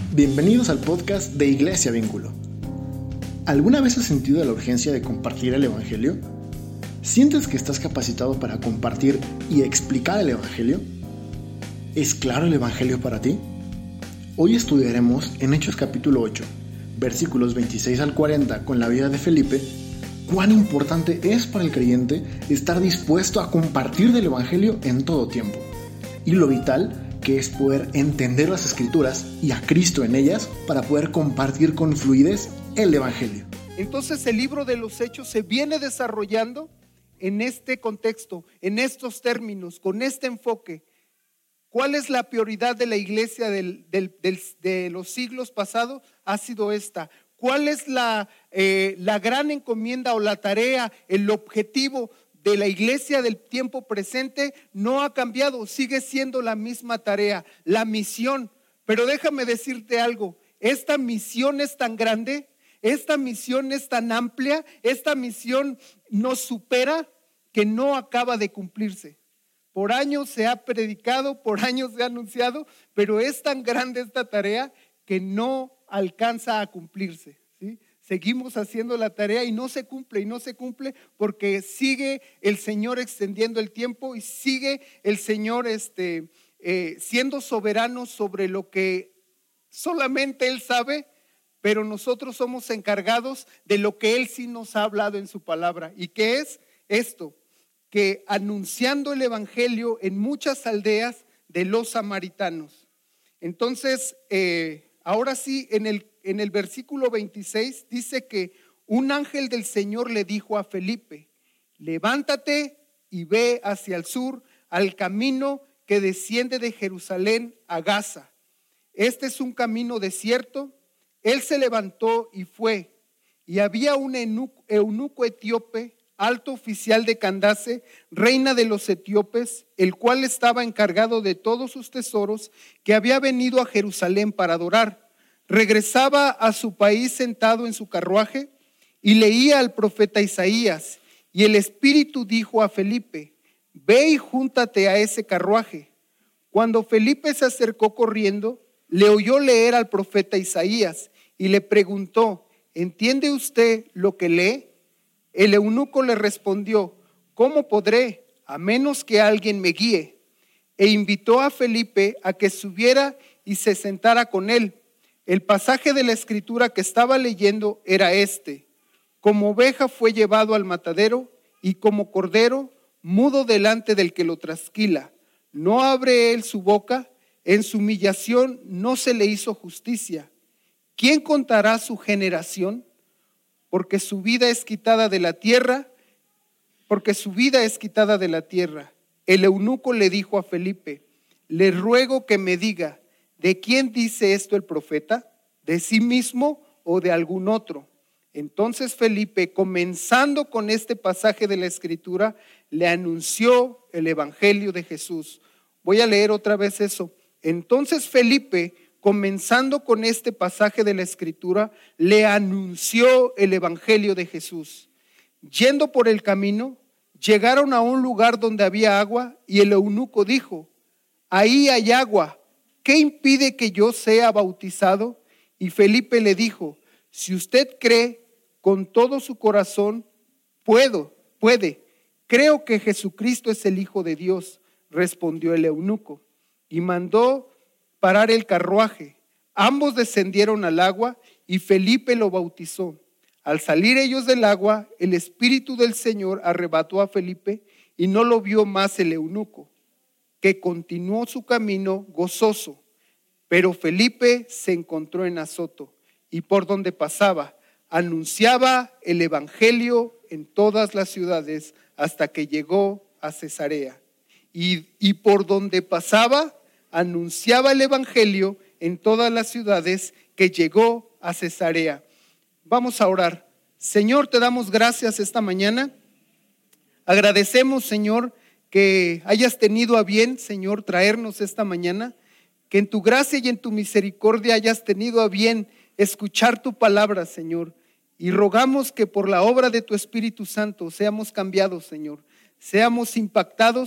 Bienvenidos al podcast de Iglesia Vínculo. ¿Alguna vez has sentido la urgencia de compartir el Evangelio? ¿Sientes que estás capacitado para compartir y explicar el Evangelio? ¿Es claro el Evangelio para ti? Hoy estudiaremos en Hechos capítulo 8, versículos 26 al 40 con la vida de Felipe, cuán importante es para el creyente estar dispuesto a compartir del Evangelio en todo tiempo, y lo vital que es poder entender las Escrituras y a Cristo en ellas para poder compartir con fluidez el Evangelio. Entonces el libro de los Hechos se viene desarrollando en este contexto, en estos términos, con este enfoque. ¿Cuál es la prioridad de la iglesia de los siglos pasados? Ha sido esta. ¿Cuál es la gran encomienda o la tarea, el objetivo de la iglesia del tiempo presente? No ha cambiado, sigue siendo la misma tarea, la misión. Pero déjame decirte algo, esta misión es tan grande, esta misión es tan amplia, esta misión nos supera que no acaba de cumplirse. Por años se ha predicado, por años se ha anunciado, pero es tan grande esta tarea que no alcanza a cumplirse, ¿sí? Seguimos haciendo la tarea y no se cumple porque sigue el Señor extendiendo el tiempo y sigue el Señor siendo soberano sobre lo que solamente Él sabe, pero nosotros somos encargados de lo que Él sí nos ha hablado en su palabra. ¿Y qué es esto? Que anunciando el Evangelio en muchas aldeas de los samaritanos. Entonces, ahora sí, en el versículo 26 dice que un ángel del Señor le dijo a Felipe: levántate y ve hacia el sur, al camino que desciende de Jerusalén a Gaza. Este es un camino desierto. Él se levantó y fue, y había un eunuco etíope, alto oficial de Candace, reina de los etíopes, el cual estaba encargado de todos sus tesoros, que había venido a Jerusalén para adorar. Regresaba a su país sentado en su carruaje y leía al profeta Isaías. Y el Espíritu dijo a Felipe: ve y júntate a ese carruaje. Cuando Felipe se acercó corriendo, le oyó leer al profeta Isaías y le preguntó: ¿entiende usted lo que lee? El eunuco le respondió: ¿cómo podré, a menos que alguien me guíe? E invitó a Felipe a que subiera y se sentara con él. El pasaje de la escritura que estaba leyendo era este: como oveja fue llevado al matadero, y como cordero mudo delante del que lo trasquila. No abre él su boca, en su humillación no se le hizo justicia. ¿Quién contará su generación? Porque su vida es quitada de la tierra. El eunuco le dijo a Felipe: le ruego que me diga, ¿de quién dice esto el profeta? ¿De sí mismo o de algún otro? Entonces Felipe, comenzando con este pasaje de la escritura, le anunció el evangelio de Jesús. Voy a leer otra vez eso. Entonces Felipe, comenzando con este pasaje de la escritura, le anunció el evangelio de Jesús. Yendo por el camino, llegaron a un lugar donde había agua, y el eunuco dijo: ahí hay agua, ¿qué impide que yo sea bautizado? Y Felipe le dijo: si usted cree con todo su corazón, puede. Creo que Jesucristo es el Hijo de Dios, respondió el eunuco, y mandó parar el carruaje. Ambos descendieron al agua y Felipe lo bautizó. Al salir ellos del agua, el Espíritu del Señor arrebató a Felipe y no lo vio más el eunuco, que continuó su camino gozoso. Pero Felipe se encontró en Azoto, y por donde pasaba anunciaba el evangelio en todas las ciudades hasta que llegó a Cesarea. Y por donde pasaba anunciaba el evangelio en todas las ciudades que llegó a Cesarea. Vamos a orar. Señor, te damos gracias esta mañana. Agradecemos, Señor, que hayas tenido a bien, Señor, traernos esta mañana, que en tu gracia y en tu misericordia hayas tenido a bien escuchar tu palabra, Señor. Y rogamos que por la obra de tu Espíritu Santo seamos cambiados, Señor, seamos impactados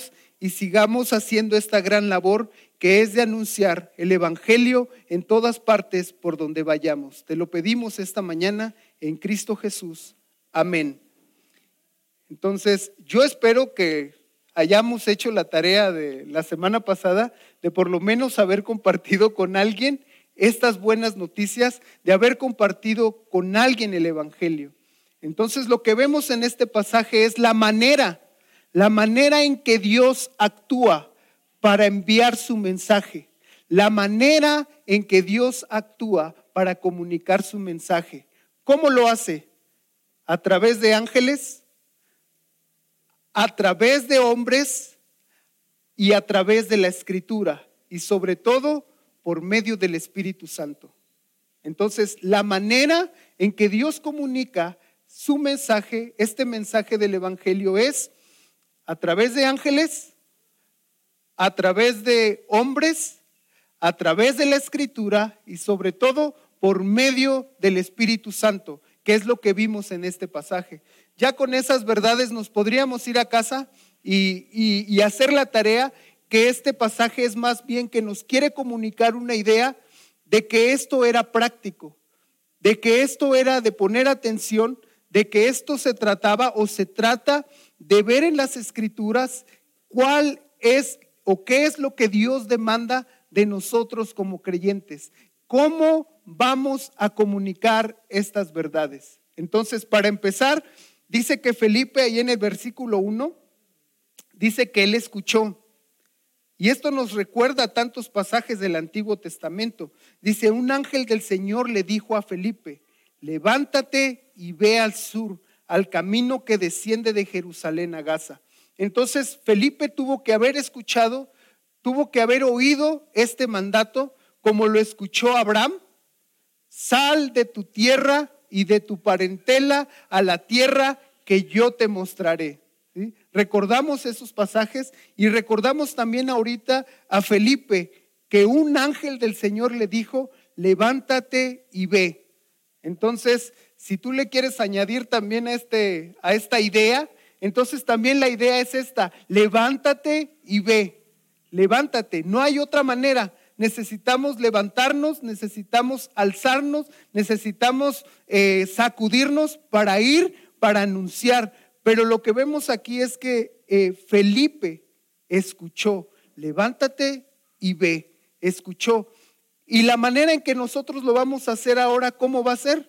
y sigamos haciendo esta gran labor que es de anunciar el Evangelio en todas partes por donde vayamos. Te lo pedimos esta mañana en Cristo Jesús. Amén. Entonces, yo espero que hayamos hecho la tarea de la semana pasada de por lo menos haber compartido con alguien estas buenas noticias, de haber compartido con alguien el Evangelio. Entonces, lo que vemos en este pasaje es la manera en que Dios actúa para enviar su mensaje, la manera en que Dios actúa para comunicar su mensaje. ¿Cómo lo hace? A través de ángeles, a través de hombres y a través de la Escritura, y sobre todo por medio del Espíritu Santo. Entonces, la manera en que Dios comunica su mensaje, este mensaje del Evangelio, es a través de ángeles, a través de hombres, a través de la Escritura y sobre todo por medio del Espíritu Santo, que es lo que vimos en este pasaje. Ya con esas verdades nos podríamos ir a casa y hacer la tarea, que este pasaje es más bien que nos quiere comunicar una idea de que esto era práctico, de que esto era de poner atención, de que esto se trataba o se trata de ver en las Escrituras cuál es o qué es lo que Dios demanda de nosotros como creyentes. ¿Cómo vamos a comunicar estas verdades? Entonces, para empezar, dice que Felipe, ahí en el versículo 1, dice que él escuchó. Y esto nos recuerda a tantos pasajes del Antiguo Testamento. Dice, un ángel del Señor le dijo a Felipe, levántate y ve al sur, al camino que desciende de Jerusalén a Gaza. Entonces Felipe tuvo que haber escuchado, tuvo que haber oído este mandato, como lo escuchó Abraham. Sal de tu tierra y de tu parentela a la tierra que yo te mostraré. ¿Sí? Recordamos esos pasajes y recordamos también ahorita a Felipe, que un ángel del Señor le dijo, levántate y ve. Entonces, si tú le quieres añadir también a esta idea, entonces también la idea es esta, levántate y ve, levántate, no hay otra manera. Necesitamos levantarnos, necesitamos alzarnos, necesitamos sacudirnos para ir, para anunciar. Pero lo que vemos aquí es que Felipe escuchó, levántate y ve, escuchó. Y la manera en que nosotros lo vamos a hacer ahora, ¿cómo va a ser?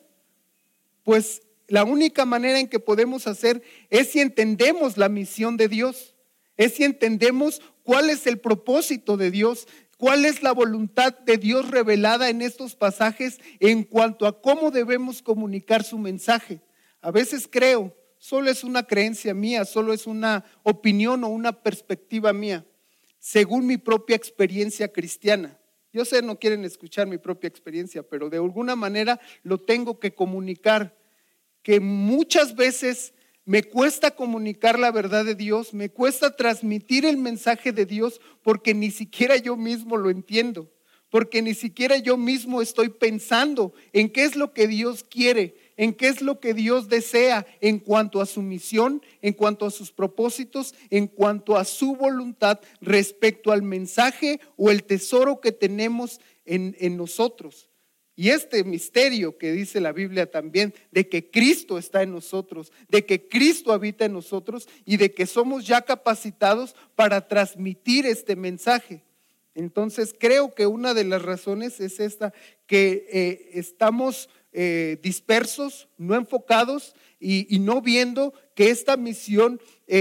Pues la única manera en que podemos hacer es si entendemos la misión de Dios, es si entendemos cuál es el propósito de Dios, cuál es la voluntad de Dios revelada en estos pasajes en cuanto a cómo debemos comunicar su mensaje. A veces creo, solo es una creencia mía, solo es una opinión o una perspectiva mía, según mi propia experiencia cristiana. Yo sé, no quieren escuchar mi propia experiencia, pero de alguna manera lo tengo que comunicar, que muchas veces me cuesta comunicar la verdad de Dios, me cuesta transmitir el mensaje de Dios porque ni siquiera yo mismo lo entiendo, porque ni siquiera yo mismo estoy pensando en qué es lo que Dios quiere, en qué es lo que Dios desea en cuanto a su misión, en cuanto a sus propósitos, en cuanto a su voluntad respecto al mensaje o el tesoro que tenemos en nosotros. Y este misterio que dice la Biblia también, de que Cristo está en nosotros, de que Cristo habita en nosotros y de que somos ya capacitados para transmitir este mensaje. Entonces creo que una de las razones es esta, que estamos dispersos, no enfocados y no viendo que esta misión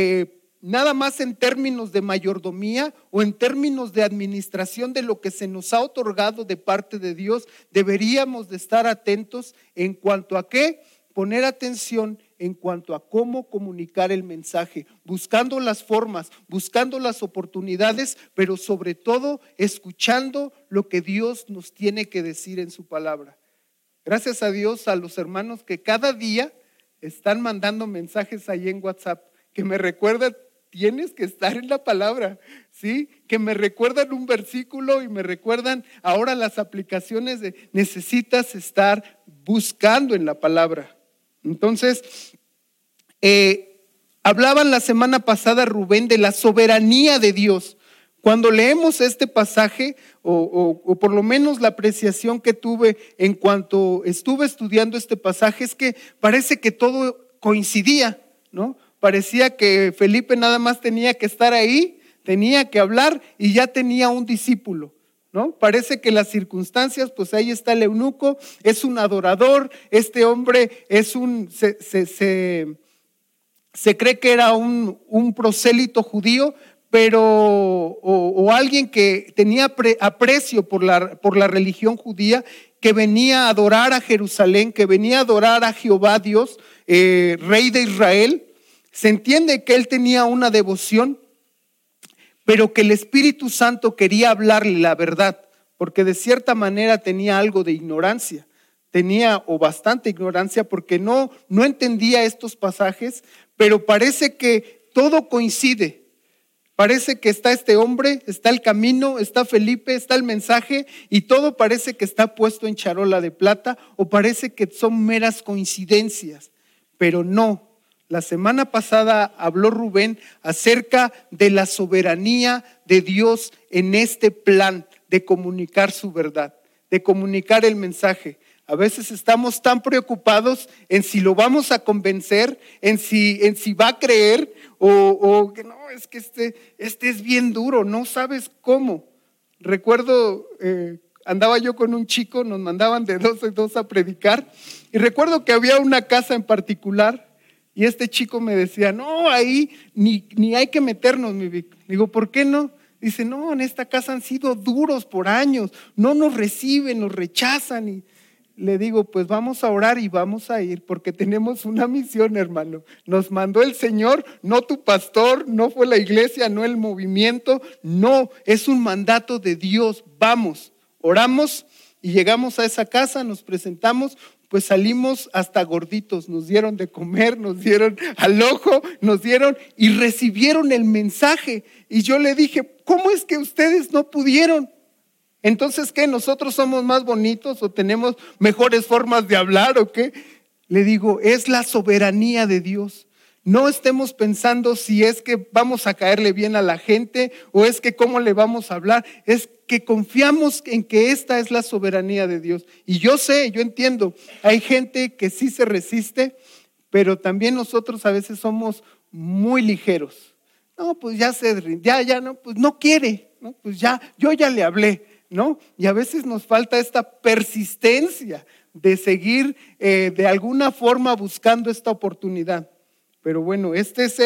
nada más en términos de mayordomía o en términos de administración de lo que se nos ha otorgado de parte de Dios, deberíamos de estar atentos en cuanto a qué, poner atención en cuanto a cómo comunicar el mensaje, buscando las formas, buscando las oportunidades, pero sobre todo escuchando lo que Dios nos tiene que decir en su palabra. Gracias a Dios, a los hermanos que cada día están mandando mensajes ahí en WhatsApp, que me recuerdan, tienes que estar en la palabra, ¿sí? Que me recuerdan un versículo y me recuerdan ahora las aplicaciones de necesitas estar buscando en la palabra. Entonces, Hablaban la semana pasada, Rubén, de la soberanía de Dios. Cuando leemos este pasaje, o por lo menos la apreciación que tuve en cuanto estuve estudiando este pasaje, es que parece que todo coincidía, ¿no? Parecía que Felipe nada más tenía que estar ahí, tenía que hablar y ya tenía un discípulo, ¿no? Parece que las circunstancias, pues ahí está el eunuco, es un adorador, este hombre es se cree que era un prosélito judío, pero o alguien que tenía aprecio por la religión judía, que venía a adorar a Jerusalén, que venía a adorar a Jehová Dios, Rey de Israel. Se entiende que él tenía una devoción, pero que el Espíritu Santo quería hablarle la verdad, porque de cierta manera tenía algo de ignorancia, tenía o bastante ignorancia, porque no entendía estos pasajes, pero parece que todo coincide. Parece que está este hombre, está el camino, está Felipe, está el mensaje y todo parece que está puesto en charola de plata o parece que son meras coincidencias, pero no. La semana pasada habló Rubén acerca de la soberanía de Dios en este plan de comunicar su verdad, de comunicar el mensaje. A veces estamos tan preocupados en si lo vamos a convencer, en si va a creer o que no, es que este es bien duro, no sabes cómo. Recuerdo, andaba yo con un chico, nos mandaban de dos en dos a predicar y recuerdo que había una casa en particular y este chico me decía, no, ahí ni hay que meternos, mi Vic. Digo, ¿por qué no? Dice, no, en esta casa han sido duros por años, no nos reciben, nos rechazan y le digo, pues vamos a orar y vamos a ir porque tenemos una misión, hermano. Nos mandó el Señor, no tu pastor, no fue la iglesia, no el movimiento, no, es un mandato de Dios. Vamos, oramos y llegamos a esa casa, nos presentamos, pues salimos hasta gorditos, nos dieron de comer, nos dieron al ojo, nos dieron y recibieron el mensaje. Y yo le dije, ¿cómo es que ustedes no pudieron? Entonces, ¿qué? ¿Nosotros somos más bonitos o tenemos mejores formas de hablar o qué? Le digo, es la soberanía de Dios. No estemos pensando si es que vamos a caerle bien a la gente o es que cómo le vamos a hablar. Es que confiamos en que esta es la soberanía de Dios. Y yo sé, yo entiendo, hay gente que sí se resiste, pero también nosotros a veces somos muy ligeros. No, pues ya no, pues no quiere, ¿no? Pues ya, yo ya le hablé. ¿No? Y a veces nos falta esta persistencia de seguir de alguna forma buscando esta oportunidad. Pero bueno, este es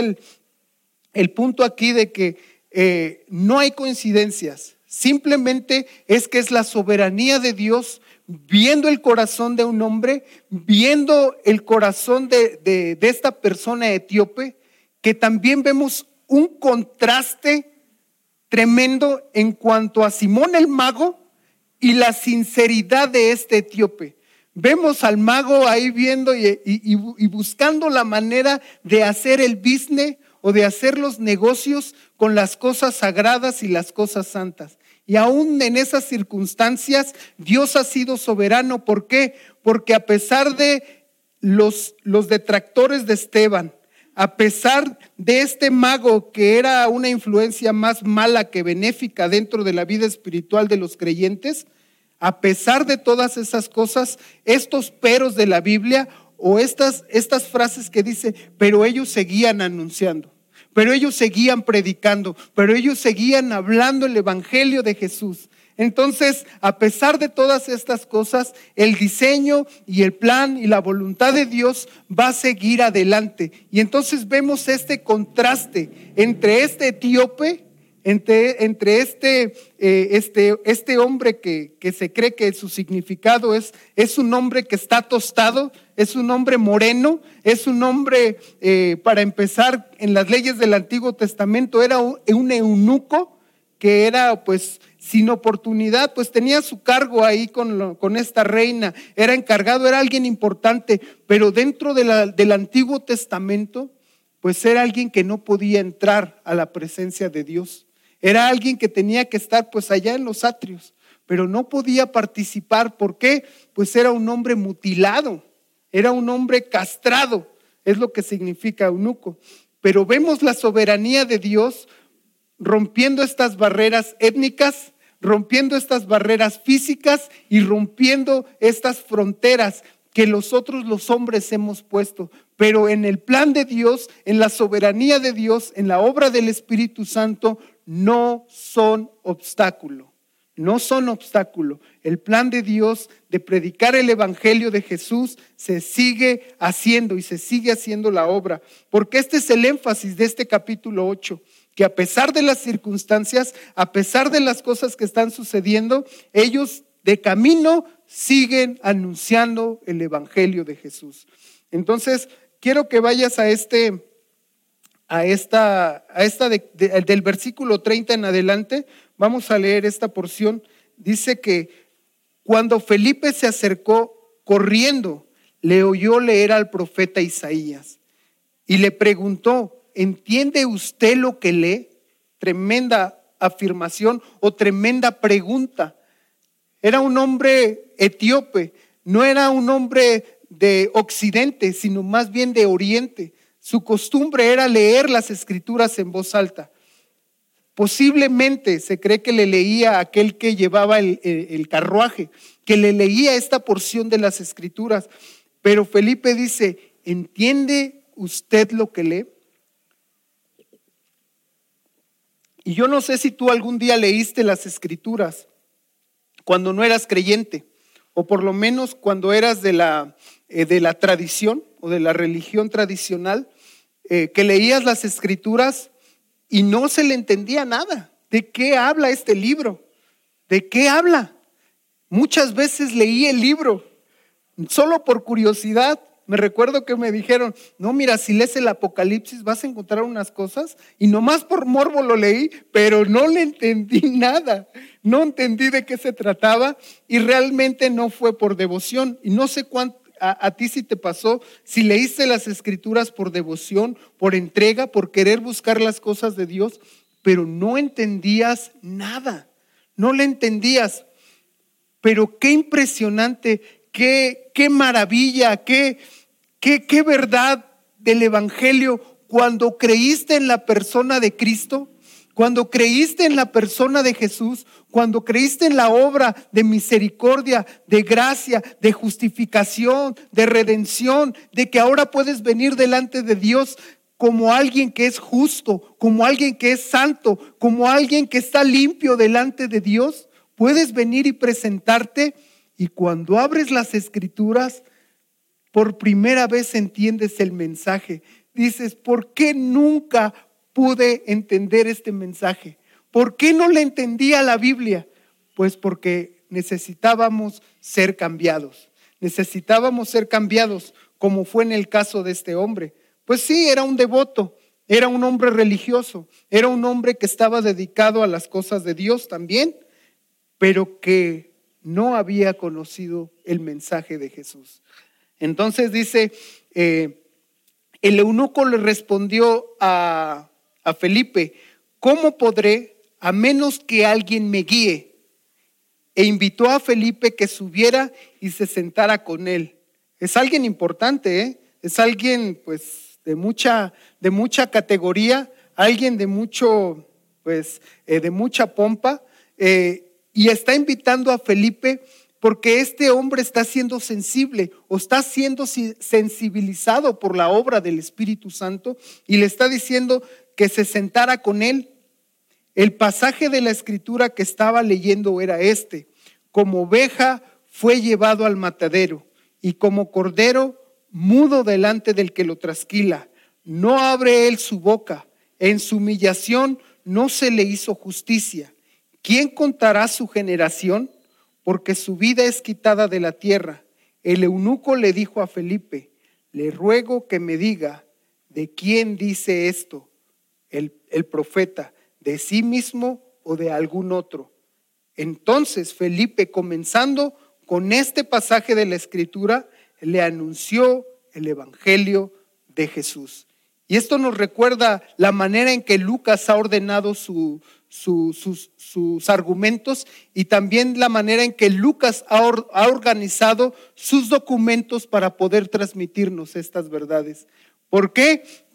el punto aquí de que no hay coincidencias. Simplemente es que es la soberanía de Dios viendo el corazón de un hombre, viendo el corazón de esta persona etíope, que también vemos un contraste tremendo en cuanto a Simón el mago y la sinceridad de este etíope. Vemos al mago ahí viendo y buscando la manera de hacer el business o de hacer los negocios con las cosas sagradas y las cosas santas. Y aún en esas circunstancias Dios ha sido soberano. ¿Por qué? Porque a pesar de los detractores de Esteban, a pesar de este mago que era una influencia más mala que benéfica dentro de la vida espiritual de los creyentes, a pesar de todas esas cosas, estos peros de la Biblia o estas frases que dice, pero ellos seguían anunciando, pero ellos seguían predicando, pero ellos seguían hablando el evangelio de Jesús. Entonces, a pesar de todas estas cosas, el diseño y el plan y la voluntad de Dios va a seguir adelante. Y entonces vemos este contraste entre este etíope, entre este hombre que se cree que su significado es un hombre que está tostado, es un hombre moreno, es un hombre, para empezar, en las leyes del Antiguo Testamento era un eunuco que era pues sin oportunidad, pues tenía su cargo ahí con esta reina, era encargado, era alguien importante, pero dentro del Antiguo Testamento, pues era alguien que no podía entrar a la presencia de Dios. Era alguien que tenía que estar pues allá en los atrios, pero no podía participar. ¿Por qué? Pues era un hombre mutilado, era un hombre castrado, es lo que significa eunuco. pero vemos la soberanía de Dios rompiendo estas barreras étnicas, rompiendo estas barreras físicas y rompiendo estas fronteras que los hombres hemos puesto. Pero en el plan de Dios, en la soberanía de Dios, en la obra del Espíritu Santo, no son obstáculo. No son obstáculo. El plan de Dios de predicar el evangelio de Jesús se sigue haciendo y se sigue haciendo la obra. Porque este es el énfasis de este capítulo 8. Que a pesar de las circunstancias, a pesar de las cosas que están sucediendo, ellos de camino siguen anunciando el evangelio de Jesús. Entonces, quiero que vayas del versículo 30 en adelante. Vamos a leer esta porción. Dice que cuando Felipe se acercó corriendo, le oyó leer al profeta Isaías y le preguntó: ¿entiende usted lo que lee? Tremenda afirmación o tremenda pregunta. Era un hombre etíope, no era un hombre de Occidente, sino más bien de Oriente. Su costumbre era leer las escrituras en voz alta. Posiblemente se cree que le leía a aquel que llevaba el carruaje, que le leía esta porción de las escrituras. Pero Felipe dice: ¿entiende usted lo que lee? Y yo no sé si tú algún día leíste las escrituras cuando no eras creyente, o por lo menos cuando eras de la tradición o de la religión tradicional, que leías las escrituras y no se le entendía nada. ¿De qué habla este libro? ¿De qué habla? Muchas veces leí el libro solo por curiosidad. Me recuerdo que me dijeron: no, mira, si lees el Apocalipsis vas a encontrar unas cosas, y nomás por morbo lo leí, pero no le entendí nada, no entendí de qué se trataba, y realmente no fue por devoción. Y no sé cuánto a ti si te pasó, si leíste las escrituras por devoción, por entrega, por querer buscar las cosas de Dios, pero no entendías nada, no le entendías. Pero qué impresionante, qué maravilla, qué verdad del evangelio cuando creíste en la persona de Cristo, cuando creíste en la persona de Jesús, cuando creíste en la obra de misericordia, de gracia, de justificación, de redención, de que ahora puedes venir delante de Dios como alguien que es justo, como alguien que es santo, como alguien que está limpio delante de Dios. Puedes venir y presentarte, y cuando abres las escrituras, por primera vez entiendes el mensaje. Dices: ¿por qué nunca pude entender este mensaje? ¿Por qué no le entendía la Biblia? Pues porque necesitábamos ser cambiados. Necesitábamos ser cambiados, como fue en el caso de este hombre. Pues sí, era un devoto, era un hombre religioso, era un hombre que estaba dedicado a las cosas de Dios también, pero que no había conocido el mensaje de Jesús. Entonces dice, el eunuco le respondió a Felipe: ¿cómo podré a menos que alguien me guíe? E invitó a Felipe que subiera y se sentara con él. Es alguien importante, es alguien pues de mucha categoría, alguien de mucho de mucha pompa, y está invitando a Felipe porque este hombre está siendo sensible o está siendo sensibilizado por la obra del Espíritu Santo, y le está diciendo que se sentara con él. El pasaje de la escritura que estaba leyendo era este: como oveja fue llevado al matadero, y como cordero mudo delante del que lo trasquila, no abre él su boca. En su humillación no se le hizo justicia. ¿Quién contará su generación? Porque su vida es quitada de la tierra. El eunuco le dijo a Felipe: le ruego que me diga, ¿de quién dice esto el profeta? ¿De sí mismo o de algún otro? Entonces Felipe, comenzando con este pasaje de la escritura, le anunció el evangelio de Jesús. Y esto nos recuerda la manera en que Lucas ha ordenado sus argumentos, y también la manera en que Lucas ha organizado sus documentos para poder transmitirnos estas verdades. ¿Por qué?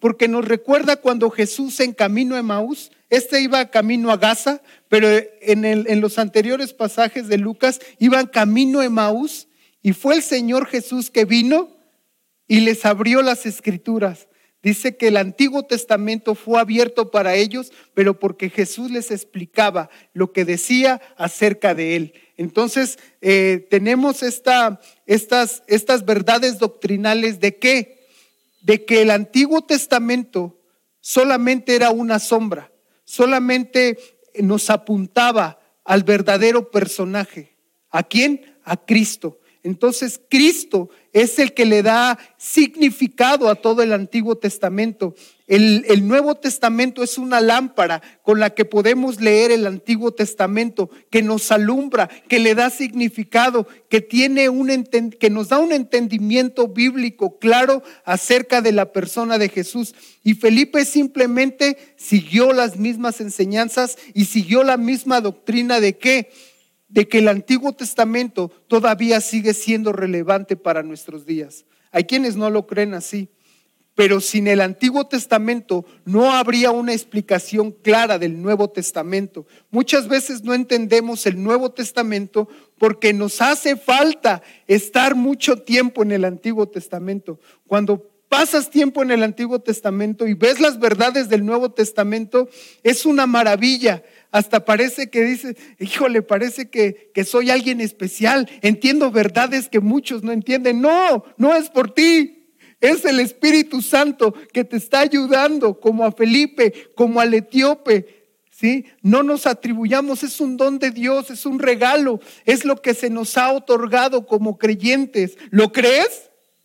porque nos recuerda cuando Jesús en camino a Emaús, iba camino a Gaza, pero en los anteriores pasajes de Lucas iban camino a Emaús, y fue el Señor Jesús que vino y les abrió las Escrituras. Dice que el Antiguo Testamento fue abierto para ellos, pero porque Jesús les explicaba lo que decía acerca de él. Entonces tenemos estas verdades doctrinales de qué? De que el Antiguo Testamento solamente era una sombra, solamente nos apuntaba al verdadero personaje. ¿A quién? A Cristo. Entonces Cristo es el que le da significado a todo el Antiguo Testamento. El Nuevo Testamento es una lámpara con la que podemos leer el Antiguo Testamento, que nos alumbra, que le da significado, que nos da un entendimiento bíblico claro acerca de la persona de Jesús. Y Felipe simplemente siguió las mismas enseñanzas y siguió la misma doctrina de ¿qué? De que el Antiguo Testamento todavía sigue siendo relevante para nuestros días. Hay quienes no lo creen así, pero sin el Antiguo Testamento no habría una explicación clara del Nuevo Testamento. Muchas veces no entendemos el Nuevo Testamento porque nos hace falta estar mucho tiempo en el Antiguo Testamento. Cuando pasas tiempo en el Antiguo Testamento y ves las verdades del Nuevo Testamento, es una maravilla. Hasta parece que dices, híjole, parece que soy alguien especial. Entiendo verdades que muchos no entienden. No, no es por ti. Es el Espíritu Santo que te está ayudando, como a Felipe, como al etíope. ¿Sí? No nos atribuyamos, es un don de Dios, es un regalo. Es lo que se nos ha otorgado como creyentes. ¿Lo crees?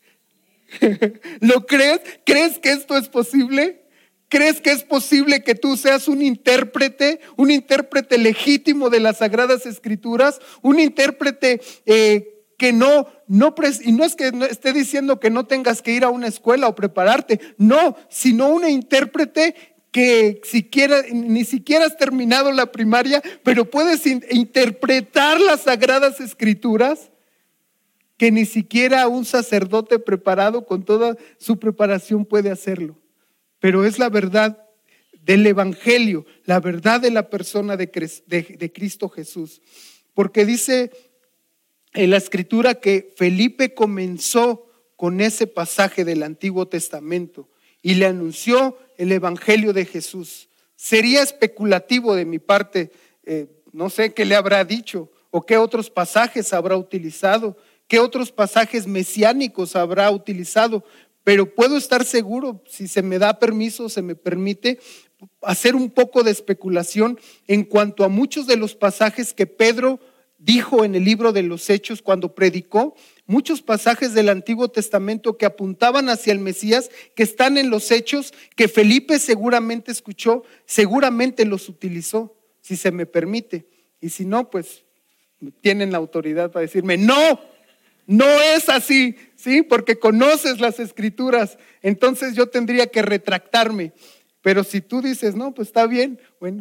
¿Lo crees? ¿Crees que esto es posible? ¿Crees que es posible que tú seas un intérprete legítimo de las Sagradas Escrituras? Un intérprete que no es que esté diciendo que no tengas que ir a una escuela o prepararte, no, sino un intérprete que ni siquiera has terminado la primaria, pero puedes interpretar las Sagradas Escrituras, que ni siquiera un sacerdote preparado con toda su preparación puede hacerlo. Pero es la verdad del Evangelio, la verdad de la persona de Cristo Jesús. Porque dice en la Escritura que Felipe comenzó con ese pasaje del Antiguo Testamento y le anunció el Evangelio de Jesús. Sería especulativo de mi parte, no sé qué le habrá dicho o qué otros pasajes habrá utilizado, qué otros pasajes mesiánicos habrá utilizado. Pero puedo estar seguro, si se me da permiso, se me permite hacer un poco de especulación en cuanto a muchos de los pasajes que Pedro dijo en el libro de los Hechos cuando predicó, muchos pasajes del Antiguo Testamento que apuntaban hacia el Mesías, que están en los Hechos, que Felipe seguramente escuchó, seguramente los utilizó, si se me permite. Y si no, pues tienen la autoridad para decirme, no es así, ¿sí? Porque conoces las Escrituras, entonces yo tendría que retractarme. Pero si tú dices, no, pues está bien, bueno.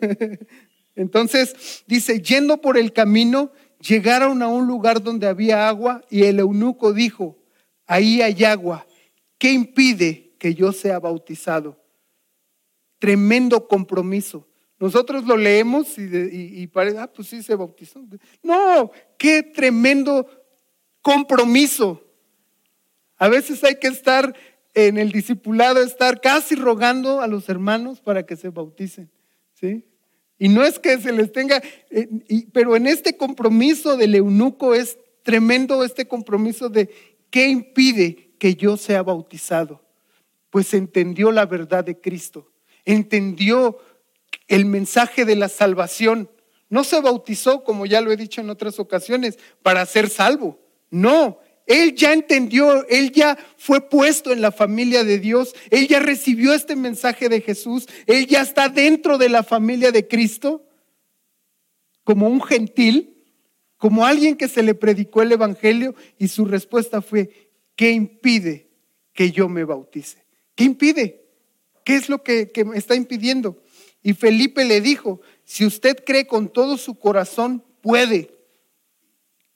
Entonces dice, yendo por el camino, llegaron a un lugar donde había agua y el eunuco dijo, ahí hay agua, ¿qué impide que yo sea bautizado? Tremendo compromiso. Nosotros lo leemos y parece, pues sí se bautizó. No, qué tremendo compromiso. A veces hay que estar en el discipulado, estar casi rogando a los hermanos para que se bauticen, ¿sí? Y no es que se les tenga, pero en este compromiso del eunuco es tremendo este compromiso de ¿qué impide que yo sea bautizado? Pues entendió la verdad de Cristo, entendió el mensaje de la salvación. No se bautizó, como ya lo he dicho en otras ocasiones, para ser salvo. No, él ya entendió, él ya fue puesto en la familia de Dios, él ya recibió este mensaje de Jesús, él ya está dentro de la familia de Cristo, como un gentil, como alguien que se le predicó el Evangelio, y su respuesta fue, ¿qué impide que yo me bautice? ¿Qué impide? ¿Qué es lo que me está impidiendo? Y Felipe le dijo, si usted cree con todo su corazón, puede.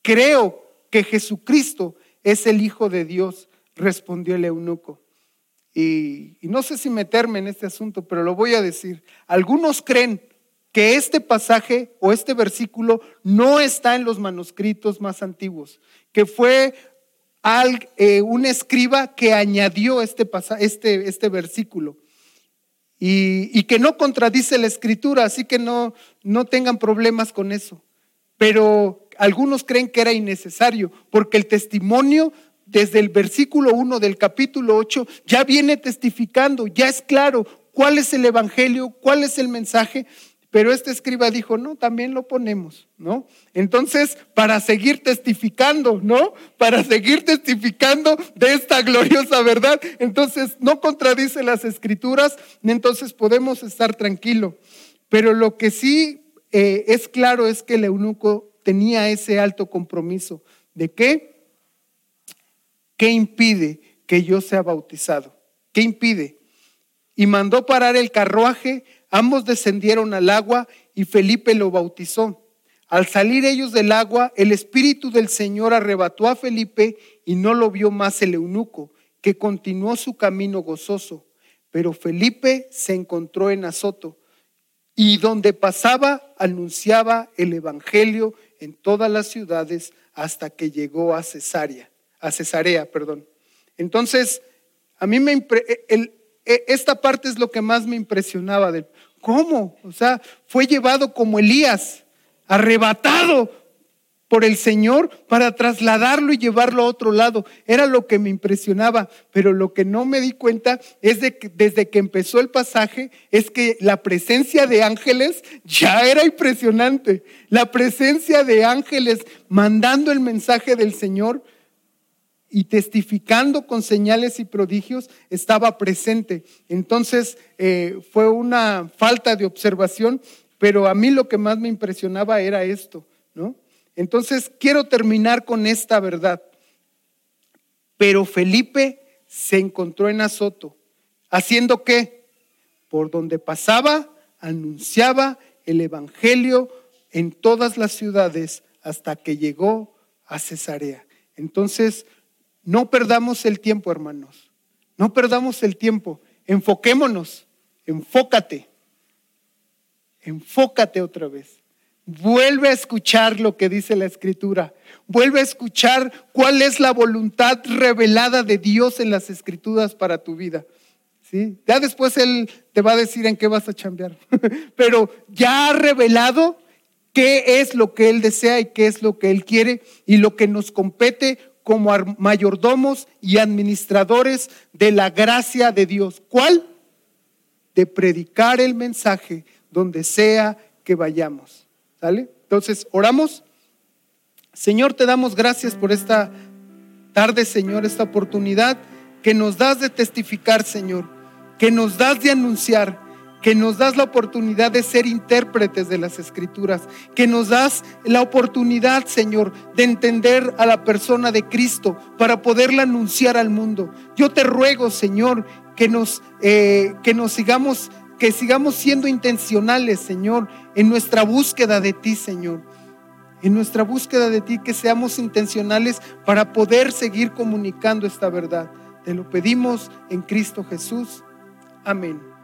Creo que Jesucristo es el Hijo de Dios, respondió el eunuco. y no sé si meterme en este asunto, pero lo voy a decir. Algunos creen que este pasaje o este versículo no está en los manuscritos más antiguos, que fue un escriba que añadió este versículo y que no contradice la escritura, así que no tengan problemas con eso. Pero algunos creen que era innecesario, porque el testimonio desde el versículo 1 del capítulo 8 ya viene testificando, ya es claro cuál es el evangelio, cuál es el mensaje. Pero este escriba dijo, no, también lo ponemos, ¿no? Entonces, para seguir testificando, ¿no? Para seguir testificando de esta gloriosa verdad. Entonces, no contradice las escrituras, entonces podemos estar tranquilos. Pero lo que sí es claro es que el eunuco tenía ese alto compromiso. ¿De qué? ¿Qué impide que yo sea bautizado? ¿Qué impide? Y mandó parar el carruaje. Ambos descendieron al agua y Felipe lo bautizó. Al salir ellos del agua, el Espíritu del Señor arrebató a Felipe y no lo vio más el eunuco, que continuó su camino gozoso. Pero Felipe se encontró en Azoto y donde pasaba anunciaba el evangelio en todas las ciudades hasta que llegó a Cesarea. Entonces, a mí esta parte es lo que más me impresionaba de cómo, o sea, fue llevado como Elías, arrebatado por el Señor para trasladarlo y llevarlo a otro lado. Era lo que me impresionaba, pero lo que no me di cuenta es de que desde que empezó el pasaje es que la presencia de ángeles ya era impresionante. La presencia de ángeles mandando el mensaje del Señor y testificando con señales y prodigios estaba presente. Entonces fue una falta de observación, pero a mí lo que más me impresionaba era esto, ¿no? Entonces quiero terminar con esta verdad. Pero Felipe se encontró en Azoto, ¿haciendo qué? Por donde pasaba, anunciaba el evangelio en todas las ciudades hasta que llegó a Cesarea. Entonces, no perdamos el tiempo, hermanos. No perdamos el tiempo. Enfoquémonos. Enfócate. Enfócate otra vez. Vuelve a escuchar lo que dice la Escritura. Vuelve a escuchar cuál es la voluntad revelada de Dios en las Escrituras para tu vida. ¿Sí? Ya después Él te va a decir en qué vas a chambear. Pero ya ha revelado qué es lo que Él desea y qué es lo que Él quiere y lo que nos compete como mayordomos y administradores de la gracia de Dios. ¿Cuál? De predicar el mensaje donde sea que vayamos. ¿Sale? Entonces, oramos. Señor, te damos gracias por esta tarde, Señor, esta oportunidad que nos das de testificar, Señor, que nos das de anunciar, que nos das la oportunidad de ser intérpretes de las Escrituras, que nos das la oportunidad, Señor, de entender a la persona de Cristo para poderla anunciar al mundo. Yo te ruego, Señor, que sigamos siendo intencionales, Señor, en nuestra búsqueda de ti, Señor. En nuestra búsqueda de ti, que seamos intencionales para poder seguir comunicando esta verdad. Te lo pedimos en Cristo Jesús. Amén.